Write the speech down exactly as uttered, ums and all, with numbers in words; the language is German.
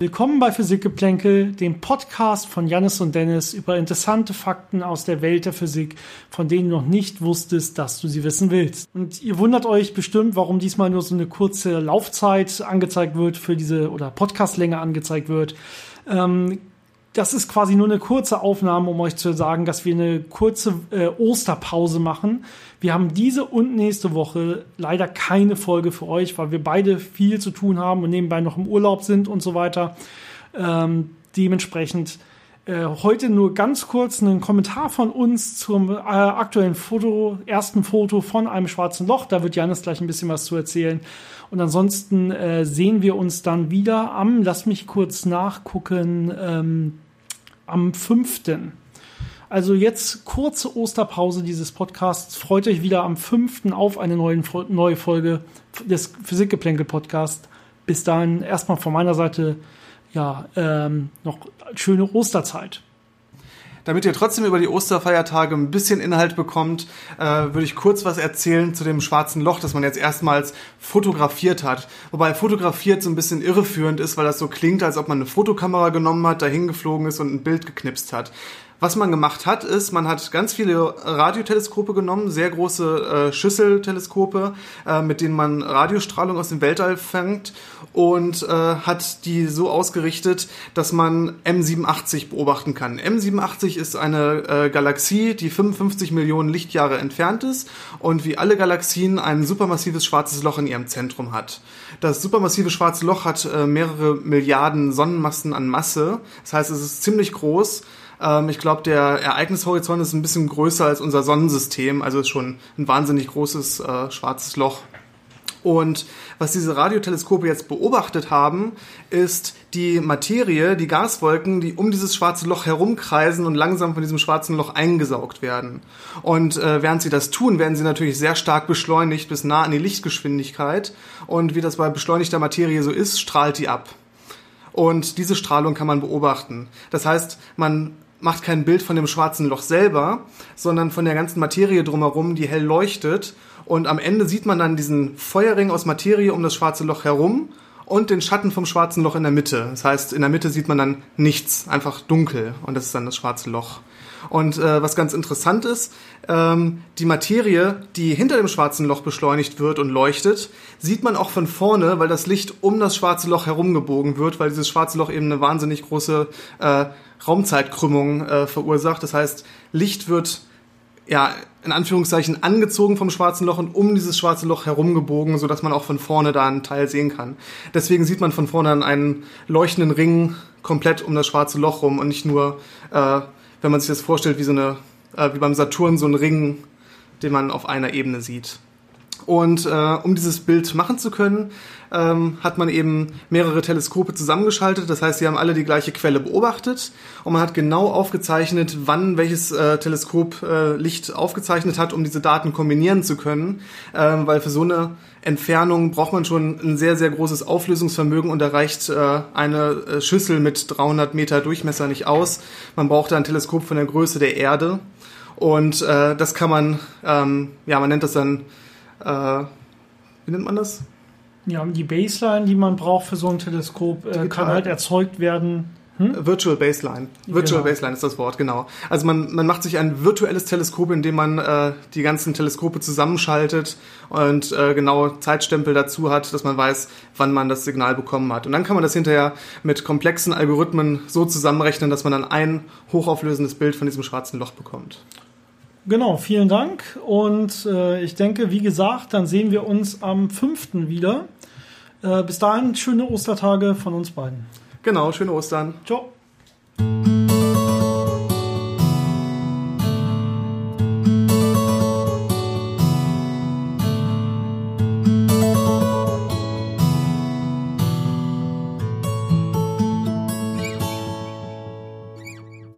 Willkommen bei Physikgeplänkel, dem Podcast von Jannis und Dennis über interessante Fakten aus der Welt der Physik, von denen du noch nicht wusstest, dass du sie wissen willst. Und ihr wundert euch bestimmt, warum diesmal nur so eine kurze Laufzeit angezeigt wird für diese, oder Podcastlänge angezeigt wird. Ähm, Das ist quasi nur eine kurze Aufnahme, um euch zu sagen, dass wir eine kurze äh, Osterpause machen. Wir haben diese und nächste Woche leider keine Folge für euch, weil wir beide viel zu tun haben und nebenbei noch im Urlaub sind und so weiter. Ähm, dementsprechend äh, heute nur ganz kurz einen Kommentar von uns zum äh, aktuellen Foto, ersten Foto von einem schwarzen Loch. Da wird Jannis gleich ein bisschen was zu erzählen. Und ansonsten äh, sehen wir uns dann wieder am, lass mich kurz nachgucken, ähm, am fünften Also jetzt kurze Osterpause dieses Podcasts. Freut euch wieder am fünften auf eine neue, neue Folge des Physikgeplänkel-Podcasts. Bis dahin erstmal von meiner Seite ja ähm, noch schöne Osterzeit. Damit ihr trotzdem über die Osterfeiertage ein bisschen Inhalt bekommt, äh, würde ich kurz was erzählen zu dem schwarzen Loch, das man jetzt erstmals fotografiert hat. Wobei fotografiert so ein bisschen irreführend ist, weil das so klingt, als ob man eine Fotokamera genommen hat, dahin geflogen ist und ein Bild geknipst hat. Was man gemacht hat, ist, man hat ganz viele Radioteleskope genommen, sehr große äh, Schüsselteleskope, äh, mit denen man Radiostrahlung aus dem Weltall fängt und äh, hat die so ausgerichtet, dass man M siebenundachtzig beobachten kann. M siebenundachtzig ist eine äh, Galaxie, die fünfundfünfzig Millionen Lichtjahre entfernt ist und wie alle Galaxien ein supermassives schwarzes Loch in ihrem Zentrum hat. Das supermassive schwarze Loch hat äh, mehrere Milliarden Sonnenmassen an Masse, das heißt, es ist ziemlich groß. Ich glaube, der Ereignishorizont ist ein bisschen größer als unser Sonnensystem, also ist schon ein wahnsinnig großes äh, schwarzes Loch. Und was diese Radioteleskope jetzt beobachtet haben, ist die Materie, die Gaswolken, die um dieses schwarze Loch herumkreisen und langsam von diesem schwarzen Loch eingesaugt werden. Und äh, während sie das tun, werden sie natürlich sehr stark beschleunigt bis nah an die Lichtgeschwindigkeit. Und wie das bei beschleunigter Materie so ist, strahlt die ab. Und diese Strahlung kann man beobachten. Das heißt, man macht kein Bild von dem schwarzen Loch selber, sondern von der ganzen Materie drumherum, die hell leuchtet. Und am Ende sieht man dann diesen Feuerring aus Materie um das schwarze Loch herum und den Schatten vom schwarzen Loch in der Mitte. Das heißt, in der Mitte sieht man dann nichts, einfach dunkel. Und das ist dann das schwarze Loch. Und äh, was ganz interessant ist, ähm, die Materie, die hinter dem schwarzen Loch beschleunigt wird und leuchtet, sieht man auch von vorne, weil das Licht um das schwarze Loch herumgebogen wird, weil dieses schwarze Loch eben eine wahnsinnig große äh, Raumzeitkrümmung äh, verursacht. Das heißt, Licht wird ja in Anführungszeichen angezogen vom schwarzen Loch und um dieses schwarze Loch herumgebogen, sodass man auch von vorne da einen Teil sehen kann. Deswegen sieht man von vorne dann einen leuchtenden Ring komplett um das schwarze Loch rum und nicht nur, äh, wenn man sich das vorstellt, wie so eine, äh, wie beim Saturn so ein Ring, den man auf einer Ebene sieht. Und äh, um dieses Bild machen zu können, ähm, hat man eben mehrere Teleskope zusammengeschaltet. Das heißt, sie haben alle die gleiche Quelle beobachtet und man hat genau aufgezeichnet, wann welches äh, Teleskop äh, Licht aufgezeichnet hat, um diese Daten kombinieren zu können. Ähm, weil für so eine Entfernung braucht man schon ein sehr, sehr großes Auflösungsvermögen und da reicht äh, eine äh, Schüssel mit dreihundert Meter Durchmesser nicht aus. Man braucht da ein Teleskop von der Größe der Erde und äh, das kann man, ähm, ja, man nennt das dann Äh, wie nennt man das? Ja, die Baseline, die man braucht für so ein Teleskop, äh, kann halt erzeugt werden. Hm? Virtual Baseline. Virtual genau. Baseline ist das Wort, genau. Also man, man macht sich ein virtuelles Teleskop, in dem man äh, die ganzen Teleskope zusammenschaltet und äh, genau Zeitstempel dazu hat, dass man weiß, wann man das Signal bekommen hat. Und dann kann man das hinterher mit komplexen Algorithmen so zusammenrechnen, dass man dann ein hochauflösendes Bild von diesem schwarzen Loch bekommt. Genau, vielen Dank und äh, ich denke, wie gesagt, dann sehen wir uns am fünften wieder. Äh, bis dahin schöne Ostertage von uns beiden. Genau, schöne Ostern. Ciao.